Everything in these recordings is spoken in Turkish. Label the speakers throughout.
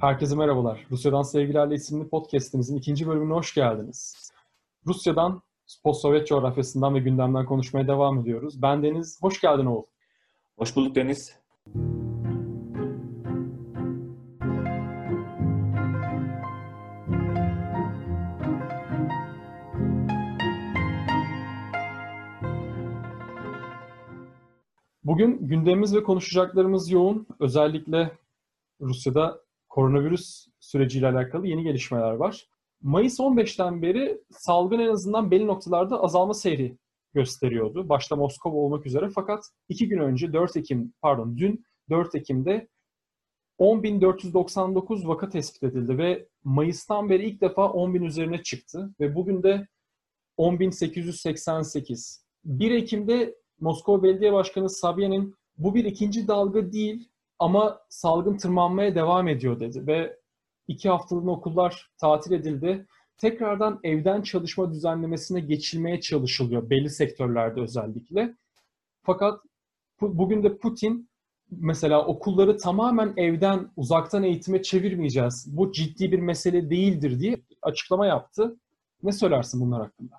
Speaker 1: Herkese merhabalar. Rusya'dan Sevgilerle isimli podcast'imizin ikinci bölümüne hoş geldiniz. Rusya'dan, post-Sovyet coğrafyasından ve gündemden konuşmaya devam ediyoruz. Ben Deniz, hoş geldin oğul.
Speaker 2: Hoş bulduk Deniz.
Speaker 1: Bugün gündemimiz ve konuşacaklarımız yoğun. Özellikle Rusya'da koronavirüs süreciyle alakalı yeni gelişmeler var. Mayıs 15'ten beri salgın en azından belli noktalarda azalma seyri gösteriyordu. Başta Moskova olmak üzere. Fakat 2 gün önce dün 4 Ekim'de 10.499 vaka tespit edildi ve Mayıs'tan beri ilk defa 10.000 üzerine çıktı ve bugün de 10.888. 1 Ekim'de Moskova Belediye Başkanı Sobyan'in bu bir ikinci dalga değil ama salgın tırmanmaya devam ediyor dedi ve 2 haftalığına okullar tatil edildi. Tekrardan evden çalışma düzenlemesine geçilmeye çalışılıyor belli sektörlerde özellikle. Fakat bugün de Putin mesela okulları tamamen evden, uzaktan eğitime çevirmeyeceğiz, bu ciddi bir mesele değildir diye açıklama yaptı. Ne söylersin bunlar hakkında?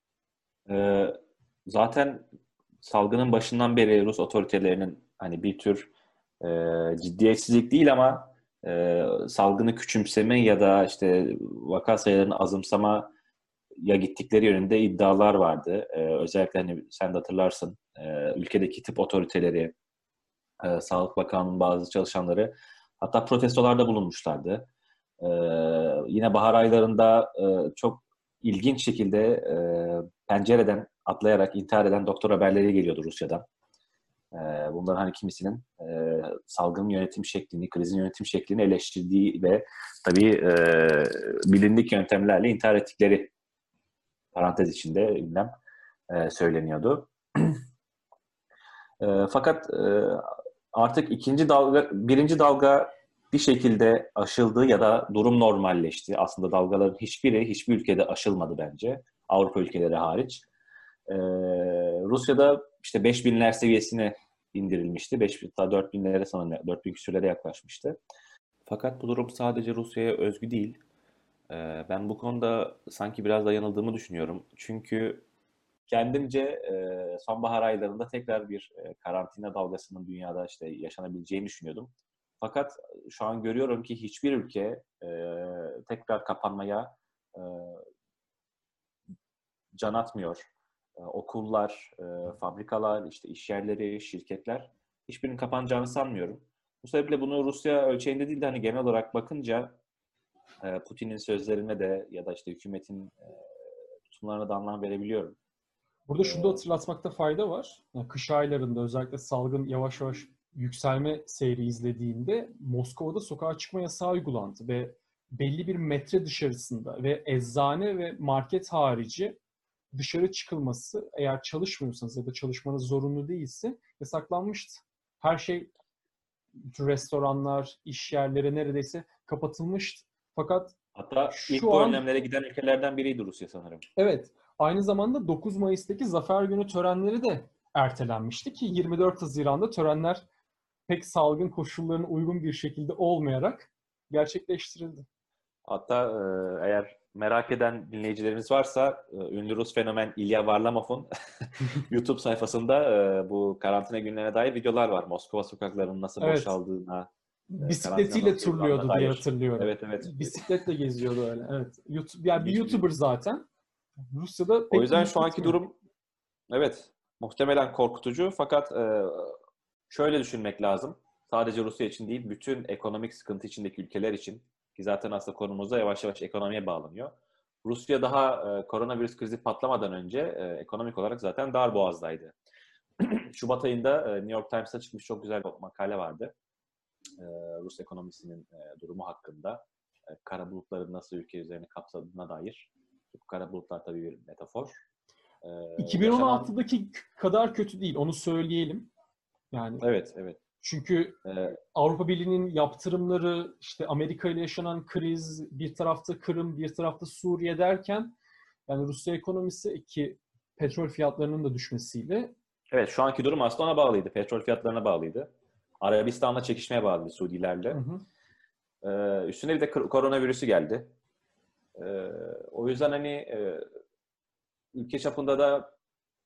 Speaker 2: Zaten salgının başından beri Rus otoritelerinin hani bir tür ciddiyetsizlik değil ama salgını küçümseme ya da işte vaka sayılarını azımsamaya gittikleri yönünde iddialar vardı. Özellikle hani sen de hatırlarsın ülkedeki tıp otoriteleri, Sağlık Bakanlığı'nın bazı çalışanları hatta protestolarda bulunmuşlardı. Yine bahar aylarında çok ilginç şekilde pencereden atlayarak intihar eden doktor haberleri geliyordu Rusya'dan. Bunların hani kimisinin salgının yönetim şeklini, krizin yönetim şeklini eleştirdiği ve tabii bilindik yöntemlerle intihar ettikleri parantez içinde ünlem söyleniyordu. Fakat artık birinci dalga bir şekilde aşıldı ya da durum normalleşti. Aslında dalgaların hiçbir ülkede aşılmadı bence. Avrupa ülkeleri hariç. Rusya'da işte 5000'ler seviyesine indirilmişti. 4000'lere sanırım 4000 küsürlere yaklaşmıştı. Fakat bu durum sadece Rusya'ya özgü değil. Ben bu konuda sanki biraz da yanıldığımı düşünüyorum. Çünkü kendimce sonbahar aylarında tekrar bir karantina dalgasının dünyada işte yaşanabileceğini düşünüyordum. Fakat şu an görüyorum ki hiçbir ülke tekrar kapanmaya can atmıyor. Okullar, fabrikalar, işte iş yerleri, şirketler hiçbirinin kapanacağını sanmıyorum. Bu sebeple bunu Rusya ölçeğinde değil de hani genel olarak bakınca Putin'in sözlerine de ya da işte hükümetin tutumlarına da anlam verebiliyorum.
Speaker 1: Burada şunu da hatırlatmakta fayda var. Yani kış aylarında özellikle salgın yavaş yavaş yükselme seyri izlediğinde Moskova'da sokağa çıkma yasağı uygulandı ve belli bir metre dışarısında ve eczane ve market harici dışarı çıkılması eğer çalışmıyorsanız ya da çalışmanız zorunlu değilse yasaklanmıştı. Her şey, bütün restoranlar, iş yerleri neredeyse kapatılmıştı. Fakat
Speaker 2: Hatta ilk
Speaker 1: şu
Speaker 2: bu
Speaker 1: an
Speaker 2: önlemlere giden ülkelerden biriydi Rusya sanırım.
Speaker 1: evet, aynı zamanda 9 Mayıs'taki Zafer Günü törenleri de ertelenmişti ki 24 Haziran'da törenler pek salgın koşullarına uygun bir şekilde olmayarak gerçekleştirildi.
Speaker 2: Hatta eğer merak eden dinleyicilerimiz varsa ünlü Rus fenomen İlya Varlamov'un YouTube sayfasında bu karantina günlerine dair videolar var. Moskova sokaklarının nasıl
Speaker 1: Evet,
Speaker 2: boşaldığına, karantina
Speaker 1: bisikletiyle
Speaker 2: nasıl uygulandığına
Speaker 1: turluyordu diye
Speaker 2: dair.
Speaker 1: hatırlıyorum.
Speaker 2: Evet, evet.
Speaker 1: Bisikletle geziyordu öyle. Evet. Yani bir
Speaker 2: İlginç bir
Speaker 1: YouTuber
Speaker 2: video.
Speaker 1: zaten. Rusya'da
Speaker 2: O
Speaker 1: pek
Speaker 2: yüzden
Speaker 1: iyi
Speaker 2: şu anki
Speaker 1: gitmiyor.
Speaker 2: durum evet muhtemelen korkutucu fakat şöyle düşünmek lazım. Sadece Rusya için değil, bütün ekonomik sıkıntı içindeki ülkeler için ki zaten aslında konumuzda yavaş yavaş ekonomiye bağlanıyor. Rusya daha koronavirüs krizi patlamadan önce ekonomik olarak zaten darboğazdaydı. Şubat ayında New York Times'ta çıkmış çok güzel bir makale vardı. Rus ekonomisinin durumu hakkında. Kara bulutların nasıl ülke üzerine kapsadığına dair. Bu kara bulutlar tabii bir metafor. Yaşanan
Speaker 1: 2016'daki kadar kötü değil, onu söyleyelim. Yani
Speaker 2: evet, evet.
Speaker 1: çünkü Avrupa Birliği'nin yaptırımları, işte Amerika ile yaşanan kriz, bir tarafta Kırım, bir tarafta Suriye derken yani Rusya ekonomisi ki petrol fiyatlarının da düşmesiyle
Speaker 2: Evet, şu anki durum aslında ona bağlıydı. Petrol fiyatlarına bağlıydı. Arabistan'la çekişmeye bağlıydı Suudilerle.
Speaker 1: hı hı.
Speaker 2: Üstüne bir de koronavirüsü geldi. O yüzden hani ülke çapında da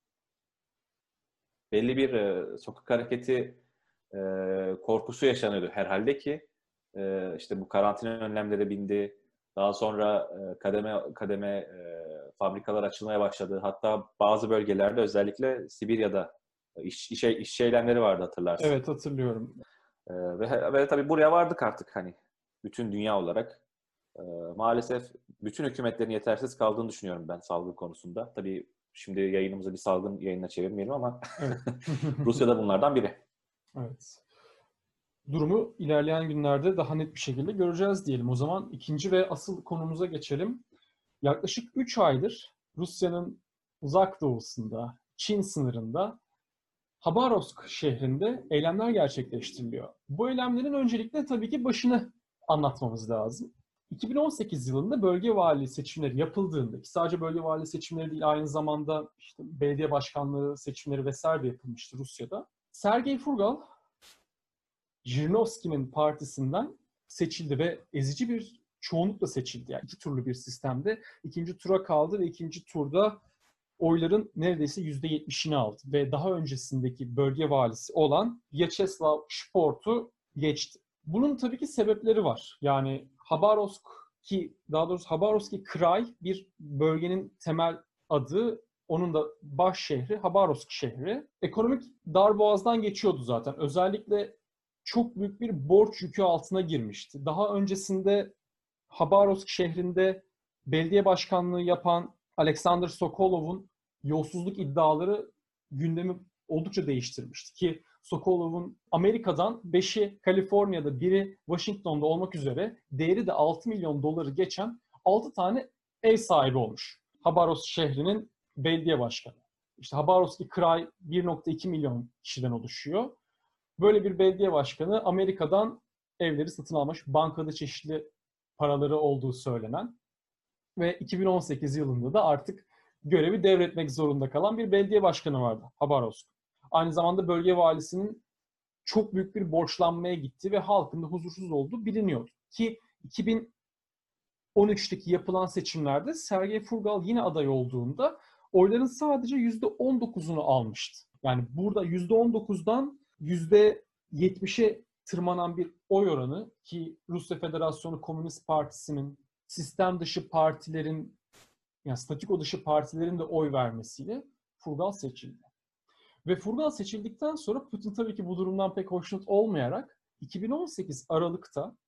Speaker 2: belli bir sokak hareketi korkusu yaşanıyordu herhalde ki işte bu karantina önlemleri bindi. Daha sonra kademe kademe fabrikalar açılmaya başladı. Hatta bazı bölgelerde özellikle Sibirya'da iş eylemleri vardı, hatırlarsın.
Speaker 1: Evet, hatırlıyorum.
Speaker 2: Ve tabii buraya vardık artık hani bütün dünya olarak. Maalesef bütün hükümetlerin yetersiz kaldığını düşünüyorum ben salgın konusunda. Tabii şimdi yayınımızı bir salgın yayınına çevirmeyelim ama
Speaker 1: Evet.
Speaker 2: Rusya da bunlardan biri.
Speaker 1: Evet. Durumu ilerleyen günlerde daha net bir şekilde göreceğiz diyelim. O zaman ikinci ve asıl konumuza geçelim. Yaklaşık 3 aydır Rusya'nın uzak doğusunda, Çin sınırında Habarovsk şehrinde eylemler gerçekleştiriliyor. Bu eylemlerin öncelikle tabii ki başını anlatmamız lazım. 2018 yılında bölge vali seçimleri yapıldığında, ki sadece bölge vali seçimleri değil, aynı zamanda işte belediye başkanlığı seçimleri vesaire de yapılmıştı Rusya'da. Sergey Furgal, Zhirinovski'nin partisinden seçildi ve ezici bir çoğunlukla seçildi. Yani 2 turlu bir sistemde ikinci tura kaldı ve ikinci turda oyların neredeyse %70'ini aldı. Ve daha öncesindeki bölge valisi olan Vyacheslav Shport'u geçti. Bunun tabii ki sebepleri var. Yani Habarovski Kray bir bölgenin temel adı, onun da baş şehri Habarovsk şehri. Ekonomik darboğazdan geçiyordu zaten. Özellikle çok büyük bir borç yükü altına girmişti. Daha öncesinde Habarovsk şehrinde belediye başkanlığı yapan Alexander Sokolov'un yolsuzluk iddiaları gündemi oldukça değiştirmişti. Ki Sokolov'un Amerika'dan 5'i Kaliforniya'da, biri Washington'da olmak üzere değeri de 6 milyon doları geçen 6 tane ev sahibi olmuş. Habarovsk şehrinin belediye başkanı. İşte Habarovski Kray 1,2 milyon kişiden oluşuyor. Böyle bir belediye başkanı Amerika'dan evleri satın almış. Bankada çeşitli paraları olduğu söylenen ve 2018 yılında da artık görevi devretmek zorunda kalan bir belediye başkanı vardı Habarovsk. Aynı zamanda bölge valisinin çok büyük bir borçlanmaya gittiği ve halkın da huzursuz olduğu biliniyordu. Ki 2013'teki yapılan seçimlerde Sergey Furgal yine aday olduğunda oyların sadece %19'unu almıştı. Yani burada %19'dan %70'e tırmanan bir oy oranı, ki Rusya Federasyonu Komünist Partisi'nin sistem dışı partilerin, yani statüko dışı partilerin de oy vermesiyle Furgal seçildi. Ve Furgal seçildikten sonra Putin tabii ki bu durumdan pek hoşnut olmayarak 2018 Aralık'ta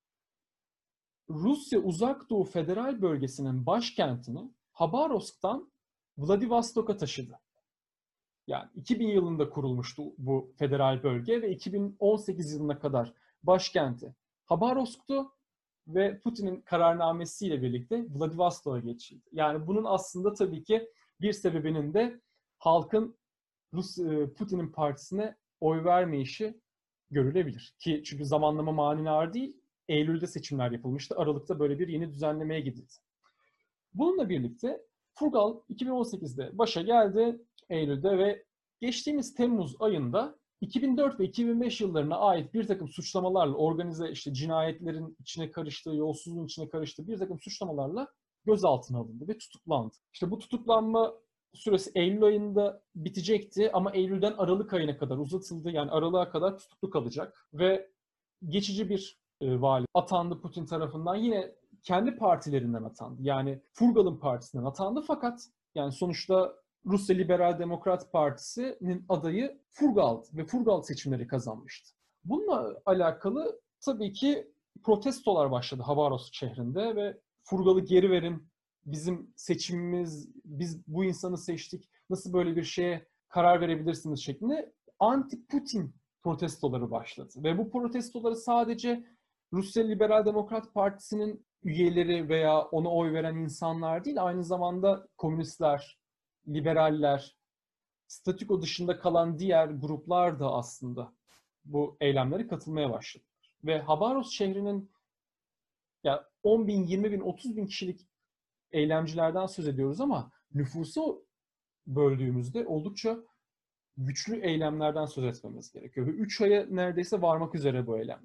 Speaker 1: Rusya Uzak Doğu Federal Bölgesi'nin başkentini Habarovsk'tan Vladivostok'a taşıdı. Yani 2000 yılında kurulmuştu bu federal bölge ve 2018 yılına kadar başkenti Habarovsk'tu ve Putin'in kararnamesiyle birlikte Vladivostok'a geçildi. Yani bunun aslında tabii ki bir sebebinin de halkın Putin'in partisine oy vermeyişi görülebilir. Ki çünkü zamanlama manidar değil, Eylül'de seçimler yapılmıştı. Aralık'ta böyle bir yeni düzenlemeye gidildi. Bununla birlikte Furgal 2018'de başa geldi Eylül'de ve geçtiğimiz Temmuz ayında 2004 ve 2005 yıllarına ait bir takım suçlamalarla, organize işte cinayetlerin içine karıştığı, yolsuzluğun içine karıştığı bir takım suçlamalarla gözaltına alındı ve tutuklandı. İşte bu tutuklanma süresi Eylül ayında bitecekti ama Eylül'den Aralık ayına kadar uzatıldı. Yani Aralık'a kadar tutuklu kalacak ve geçici bir vali atandı Putin tarafından. Yine kendi partilerinden atandı. Yani Furgal'ın partisinden atandı fakat yani sonuçta Rusya Liberal Demokrat Partisi'nin adayı Furgal'dı ve Furgal seçimleri kazanmıştı. Bununla alakalı tabii ki protestolar başladı Habarovsk şehrinde ve Furgal'ı geri verin, bizim seçimimiz, biz bu insanı seçtik, nasıl böyle bir şeye karar verebilirsiniz şeklinde anti-Putin protestoları başladı. Ve bu protestoları sadece Rusya Liberal Demokrat Partisi'nin üyeleri veya ona oy veren insanlar değil, aynı zamanda komünistler, liberaller, statüko dışında kalan diğer gruplar da aslında bu eylemlere katılmaya başladılar. Ve Habarovsk şehrinin ya 10 bin, 20 bin, 30 bin kişilik eylemcilerden söz ediyoruz ama nüfusu böldüğümüzde oldukça güçlü eylemlerden söz etmemiz gerekiyor. Ve 3 aya neredeyse varmak üzere bu eylemler.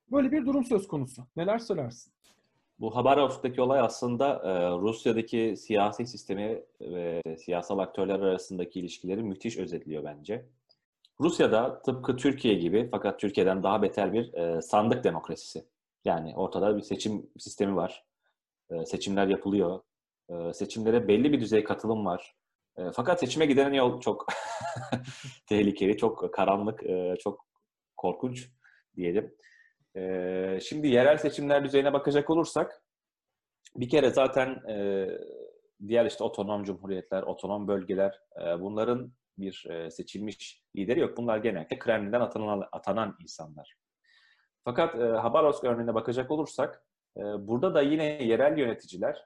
Speaker 1: Böyle bir durum söz konusu. Neler söylersin?
Speaker 2: Bu Habarovsk'taki olay aslında Rusya'daki siyasi sistemi ve siyasal aktörler arasındaki ilişkileri müthiş özetliyor bence. Rusya'da tıpkı Türkiye gibi fakat Türkiye'den daha beter bir sandık demokrasisi. Yani ortada bir seçim sistemi var. Seçimler yapılıyor. Seçimlere belli bir düzey katılım var. Fakat seçime giden yol çok tehlikeli, çok karanlık, çok korkunç diyelim. Şimdi yerel seçimler düzeyine bakacak olursak bir kere zaten diğer işte otonom cumhuriyetler, otonom bölgeler bunların bir seçilmiş lideri yok. Bunlar genellikle Kremlin'den atanan insanlar. Fakat Habarovsk örneğine bakacak olursak burada da yine yerel yöneticiler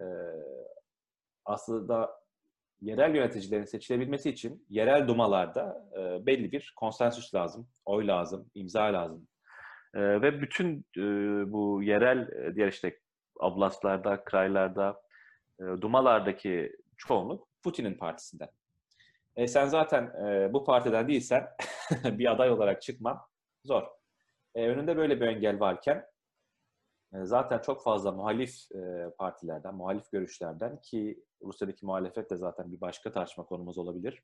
Speaker 2: aslında yerel yöneticilerin seçilebilmesi için yerel dumalarda belli bir konsensüs lazım, oy lazım, imza lazım. Ve bütün bu yerel diğer işte oblastlarda, kraylarda, dumalardaki çoğunluk Putin'in partisinden. Sen zaten bu partiden değilsen bir aday olarak çıkman zor. Önünde böyle bir engel varken zaten çok fazla muhalif partilerden, muhalif görüşlerden ki Rusya'daki muhalefet de zaten bir başka tartışma konumuz olabilir.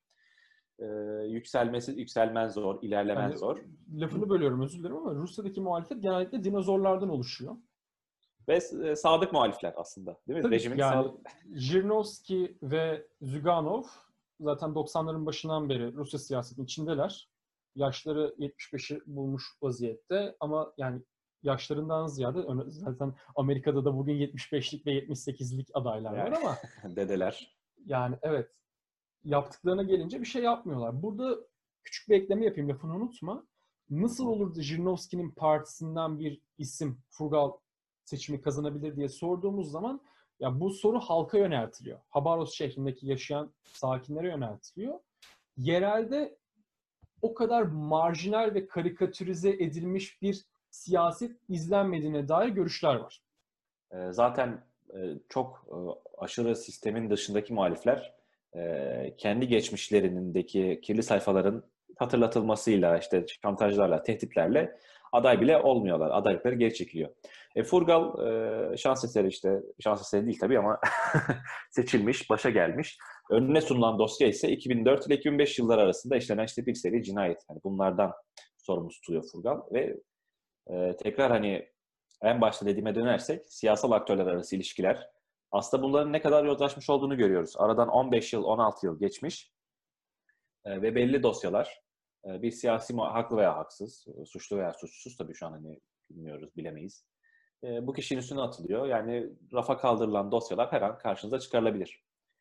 Speaker 2: Yükselmen zor, ilerlemen
Speaker 1: Yani,
Speaker 2: zor.
Speaker 1: lafını bölüyorum, özür dilerim ama Rusya'daki muhalefet genellikle dinozorlardan oluşuyor.
Speaker 2: Ve sadık muhalifler aslında, değil mi?
Speaker 1: Tabii
Speaker 2: Rejimin
Speaker 1: yani Zhirinovskiy ve Zyuganov zaten 90'ların başından beri Rusya siyasetinin içindeler. Yaşları 75'i bulmuş vaziyette ama yani yaşlarından ziyade zaten Amerika'da da bugün 75'lik ve 78'lik adaylar var ama
Speaker 2: dedeler.
Speaker 1: yani evet, yaptıklarına gelince bir şey yapmıyorlar. Burada küçük bir ekleme yapayım, lafını unutma. Nasıl olurdu Zhirinovski'nin partisinden bir isim Furgal seçimi kazanabilir diye sorduğumuz zaman ya bu soru halka yöneltiliyor. Habarovsk şehrindeki yaşayan sakinlere yöneltiliyor. Yerelde o kadar marjinal ve karikatürize edilmiş bir siyaset izlenmediğine dair görüşler var.
Speaker 2: Zaten çok aşırı sistemin dışındaki muhalifler kendi geçmişlerindeki kirli sayfaların hatırlatılmasıyla, işte şantajlarla, tehditlerle aday bile olmuyorlar. Adaylıkları geri çekiliyor. Furgal şans eseri işte, şans eseri değil tabii ama seçilmiş, başa gelmiş. Önüne sunulan dosya ise 2004 ile 2005 yılları arasında işlenen işte bir seri cinayet. Yani bunlardan sorumlu tutuluyor Furgal ve tekrar hani en başta dediğime dönersek siyasal aktörler arası ilişkiler aslında bunların ne kadar yozlaşmış olduğunu görüyoruz. Aradan 15 yıl, 16 yıl geçmiş ve belli dosyalar bir siyasi haklı veya haksız, suçlu veya suçsuz tabii şu an hani bilmiyoruz, bilemeyiz. Bu kişinin üstüne atılıyor. Yani rafa kaldırılan dosyalar her an karşınıza çıkarılabilir.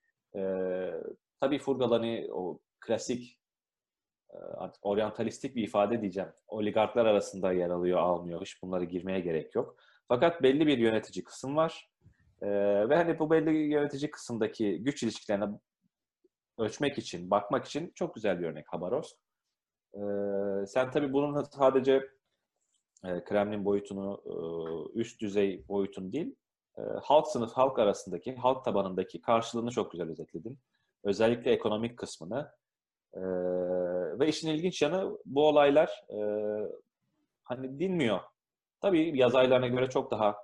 Speaker 2: Tabii Furgal hani o klasik artık oryantalistik bir ifade diyeceğim. Oligarklar arasında yer alıyor, almıyor. Hiç bunlara girmeye gerek yok. Fakat belli bir yönetici kısım var. Ve hani bu belli yönetici kısımdaki güç ilişkilerine ölçmek için, bakmak için çok güzel bir örnek Habarovsk. Sen tabii bunun sadece Kremlin boyutunu, üst düzey boyutunu değil, halk sınıf, halk arasındaki, halk tabanındaki karşılığını çok güzel özetledin. Özellikle ekonomik kısmını. Ve işin ilginç yanı bu olaylar hani dinmiyor. Tabii yaz aylarına göre çok daha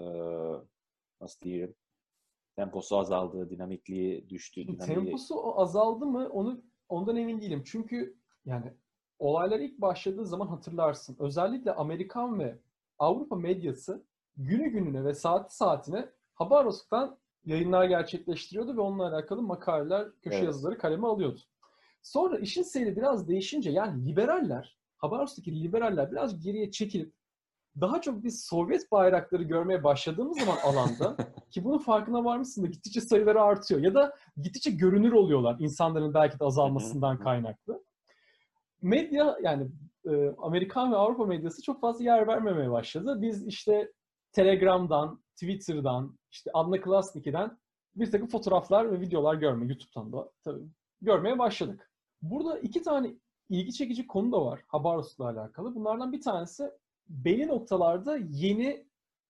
Speaker 2: nasıl diyeyim, temposu azaldı, dinamikliği düştü,
Speaker 1: Temposu azaldı mı ondan emin değilim. Çünkü yani olaylar ilk başladığı zaman hatırlarsın. Özellikle Amerikan ve Avrupa medyası günü gününe ve saati saatine Habarovsk'tan yayınlar gerçekleştiriyordu ve onunla alakalı makaleler, köşe yazıları kaleme alıyordu. Sonra işin seyri biraz değişince yani liberaller, Habarovsk'taki liberaller biraz geriye çekilip daha çok biz Sovyet bayrakları görmeye başladığımız zaman alanda ki bunun farkına varmışsın da gittikçe sayıları artıyor ya da gittikçe görünür oluyorlar insanların belki de azalmasından kaynaklı. Medya yani Amerikan ve Avrupa medyası çok fazla yer vermemeye başladı. Biz işte Telegram'dan, Twitter'dan, işte Anna Klasnicki'den bir takım fotoğraflar ve videolar YouTube'dan da tabii görmeye başladık. Burada iki tane ilgi çekici konu da var Habarovsk'la alakalı. Bunlardan bir tanesi belli noktalarda yeni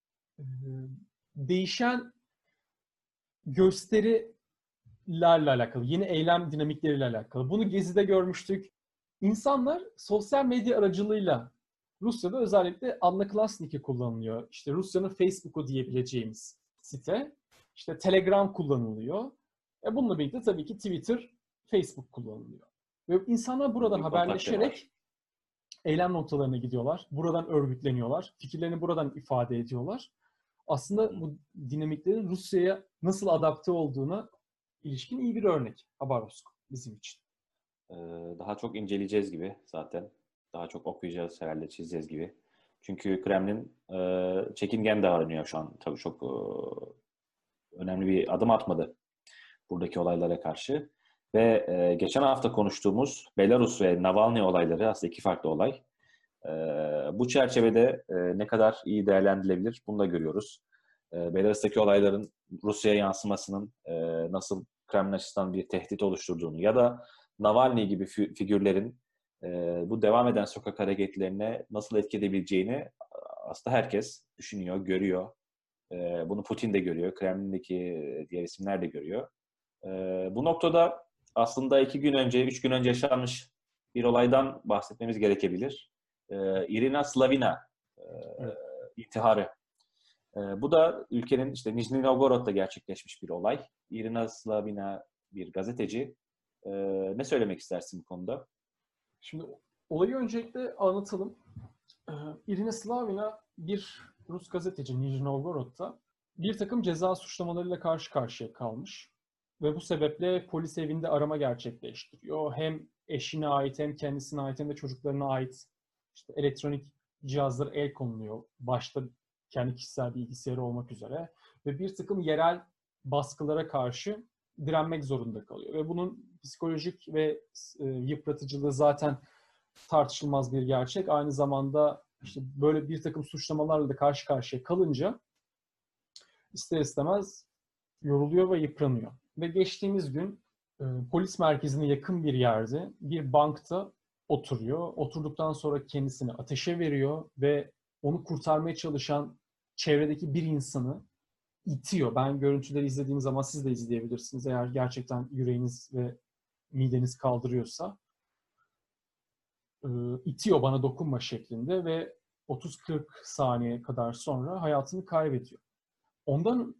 Speaker 1: değişen gösterilerle alakalı, yeni eylem dinamikleriyle alakalı. Bunu Gezi'de görmüştük. İnsanlar sosyal medya aracılığıyla Rusya'da özellikle Одноклассники kullanılıyor. İşte Rusya'nın Facebook'u diyebileceğimiz site. İşte Telegram kullanılıyor. Bununla birlikte tabii ki Twitter, Facebook kullanılıyor. Ve insanlar buradan
Speaker 2: Bir kontak
Speaker 1: haberleşerek eylem noktalarına gidiyorlar. Buradan örgütleniyorlar. Fikirlerini buradan ifade ediyorlar. Aslında bu dinamiklerin Rusya'ya nasıl adapte olduğuna ilişkin iyi bir örnek Habarovsk bizim için.
Speaker 2: Daha çok inceleyeceğiz gibi zaten. Daha çok okuyacağız, herhalde çizeceğiz gibi. Çünkü Kremlin çekingen davranıyor şu an. Tabii çok önemli bir adım atmadı buradaki olaylara karşı. Ve geçen hafta konuştuğumuz Belarus ve Navalny olayları aslında iki farklı olay. Bu çerçevede ne kadar iyi değerlendirilebilir bunu da görüyoruz. Belarus'taki olayların Rusya'ya yansımasının nasıl Kremlin açısından bir tehdit oluşturduğunu ya da Navalny gibi figürlerin bu devam eden sokak hareketlerine nasıl etki edebileceğini aslında herkes düşünüyor, görüyor. Bunu Putin de görüyor, Kremlin'deki diğer isimler de görüyor. Bu noktada aslında 2 gün önce, 3 gün önce yaşanmış bir olaydan bahsetmemiz gerekebilir. Irina Slavina intiharı. Bu da ülkenin işte Nijni Novgorod'da gerçekleşmiş bir olay. Irina Slavina bir gazeteci. Ne söylemek istersin bu konuda?
Speaker 1: Şimdi olayı öncelikle anlatalım. Irina Slavina bir Rus gazeteci Nijni Novgorod'da bir takım ceza suçlamalarıyla karşı karşıya kalmış. Ve bu sebeple polis evinde arama gerçekleştiriyor. Hem eşine ait hem kendisine ait hem de çocuklarına ait işte elektronik cihazlar el konuluyor. Başta kendi kişisel bilgisayarı olmak üzere. Ve bir takım yerel baskılara karşı direnmek zorunda kalıyor. Ve bunun psikolojik ve yıpratıcılığı zaten tartışılmaz bir gerçek. Aynı zamanda işte böyle bir takım suçlamalarla da karşı karşıya kalınca ister istemez yoruluyor ve yıpranıyor. Ve geçtiğimiz gün polis merkezine yakın bir yerde bir bankta oturuyor. Oturduktan sonra kendisini ateşe veriyor ve onu kurtarmaya çalışan çevredeki bir insanı itiyor. Ben görüntüleri izlediğim zaman siz de izleyebilirsiniz eğer gerçekten yüreğiniz ve mideniz kaldırıyorsa. İtiyor bana dokunma şeklinde ve 30-40 saniye kadar sonra hayatını kaybediyor. Ondan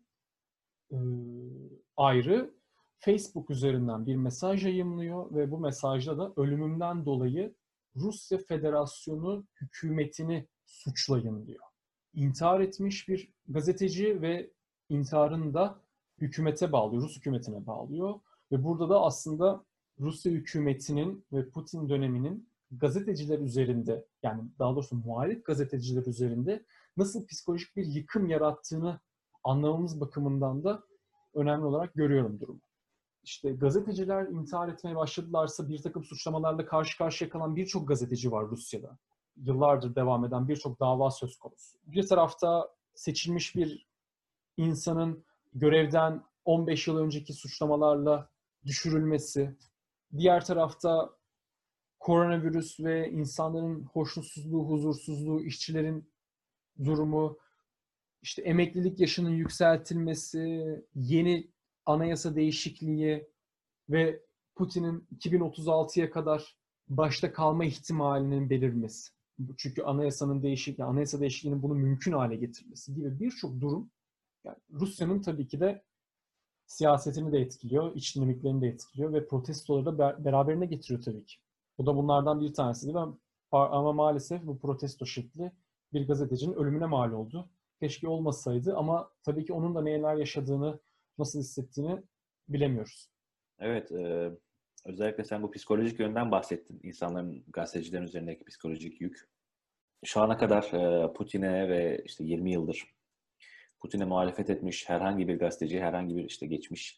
Speaker 1: ayrı Facebook üzerinden bir mesaj yayımlıyor ve bu mesajda da ölümümden dolayı Rusya Federasyonu hükümetini suçlayın diyor. İntihar etmiş bir gazeteci ve intiharını da hükümete bağlıyor, Rus hükümetine bağlıyor. Ve burada da aslında Rusya hükümetinin ve Putin döneminin gazeteciler üzerinde, yani daha doğrusu muhalif gazeteciler üzerinde nasıl psikolojik bir yıkım yarattığını anlamamız bakımından da önemli olarak görüyorum durumu. İşte gazeteciler intihar etmeye başladılarsa bir takım suçlamalarla karşı karşıya kalan birçok gazeteci var Rusya'da. Yıllardır devam eden birçok dava söz konusu. Bir tarafta seçilmiş bir insanın görevden 15 yıl önceki suçlamalarla düşürülmesi, diğer tarafta koronavirüs ve insanların hoşnutsuzluğu, huzursuzluğu, işçilerin durumu, işte emeklilik yaşının yükseltilmesi, yeni anayasa değişikliği ve Putin'in 2036'ya kadar başta kalma ihtimalinin belirmesi. Çünkü anayasa değişikliğinin bunu mümkün hale getirmesi gibi birçok durum yani Rusya'nın tabii ki de siyasetini de etkiliyor, iç dinamiklerini de etkiliyor ve protestoları da beraberine getiriyor tabii ki. Bu da bunlardan bir tanesi değil mi? Ama maalesef bu protesto şekli bir gazetecinin ölümüne mal oldu. Keşke olmasaydı ama tabii ki onun da neler yaşadığını, nasıl hissettiğini bilemiyoruz.
Speaker 2: Evet, özellikle sen bu psikolojik yönden bahsettin. İnsanların, gazetecilerin üzerindeki psikolojik yük. Şu ana kadar Putin'e ve işte 20 yıldır Putin'e muhalefet etmiş herhangi bir gazeteci, herhangi bir işte geçmiş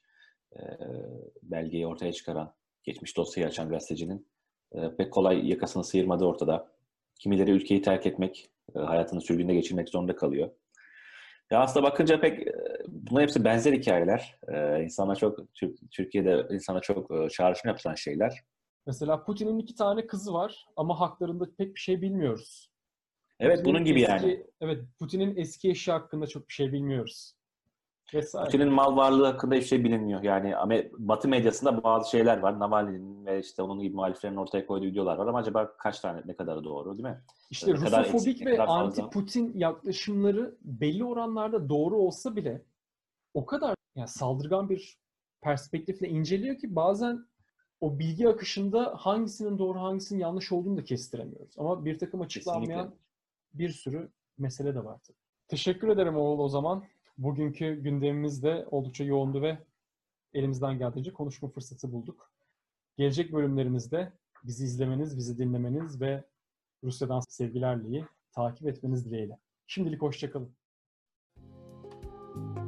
Speaker 2: belgeyi ortaya çıkaran, geçmiş dosyayı açan gazetecinin pek kolay yakasını sıyırmadığı ortada. Kimileri ülkeyi terk etmek, hayatını sürgünde geçirmek zorunda kalıyor. Ya aslında bakınca pek bunların hepsi benzer hikayeler. İnsana çok, Türkiye'de insana çok çağrışım yapılan şeyler.
Speaker 1: Mesela Putin'in 2 tane kızı var ama haklarında pek bir şey bilmiyoruz.
Speaker 2: Evet, bunun gibi yani.
Speaker 1: Evet, Putin'in eski eşi hakkında çok bir şey bilmiyoruz. vesaire.
Speaker 2: Putin'in mal varlığı hakkında hiçbir şey bilinmiyor. Yani Batı medyasında bazı şeyler var. Navalny'nin ve işte onun gibi muhaliflerin ortaya koyduğu videolar var ama acaba kaç tane, ne kadarı doğru, değil mi?
Speaker 1: İşte
Speaker 2: Ne kadar
Speaker 1: Rusofobik
Speaker 2: eksik, ne
Speaker 1: ve
Speaker 2: kadar fazla.
Speaker 1: anti-Putin yaklaşımları belli oranlarda doğru olsa bile o kadar yani saldırgan bir perspektifle inceliyor ki bazen o bilgi akışında hangisinin doğru hangisinin yanlış olduğunu da kestiremiyoruz. Ama bir takım açıklanmayan
Speaker 2: Kesinlikle.
Speaker 1: bir sürü mesele de var tabii. Teşekkür ederim Oğul o zaman. Bugünkü gündemimiz de oldukça yoğundu ve elimizden geldiğince konuşma fırsatı bulduk. Gelecek bölümlerimizde bizi izlemeniz, bizi dinlemeniz ve Rusya'dan sevgilerleyi takip etmeniz dileğiyle. Şimdilik hoşça kalın.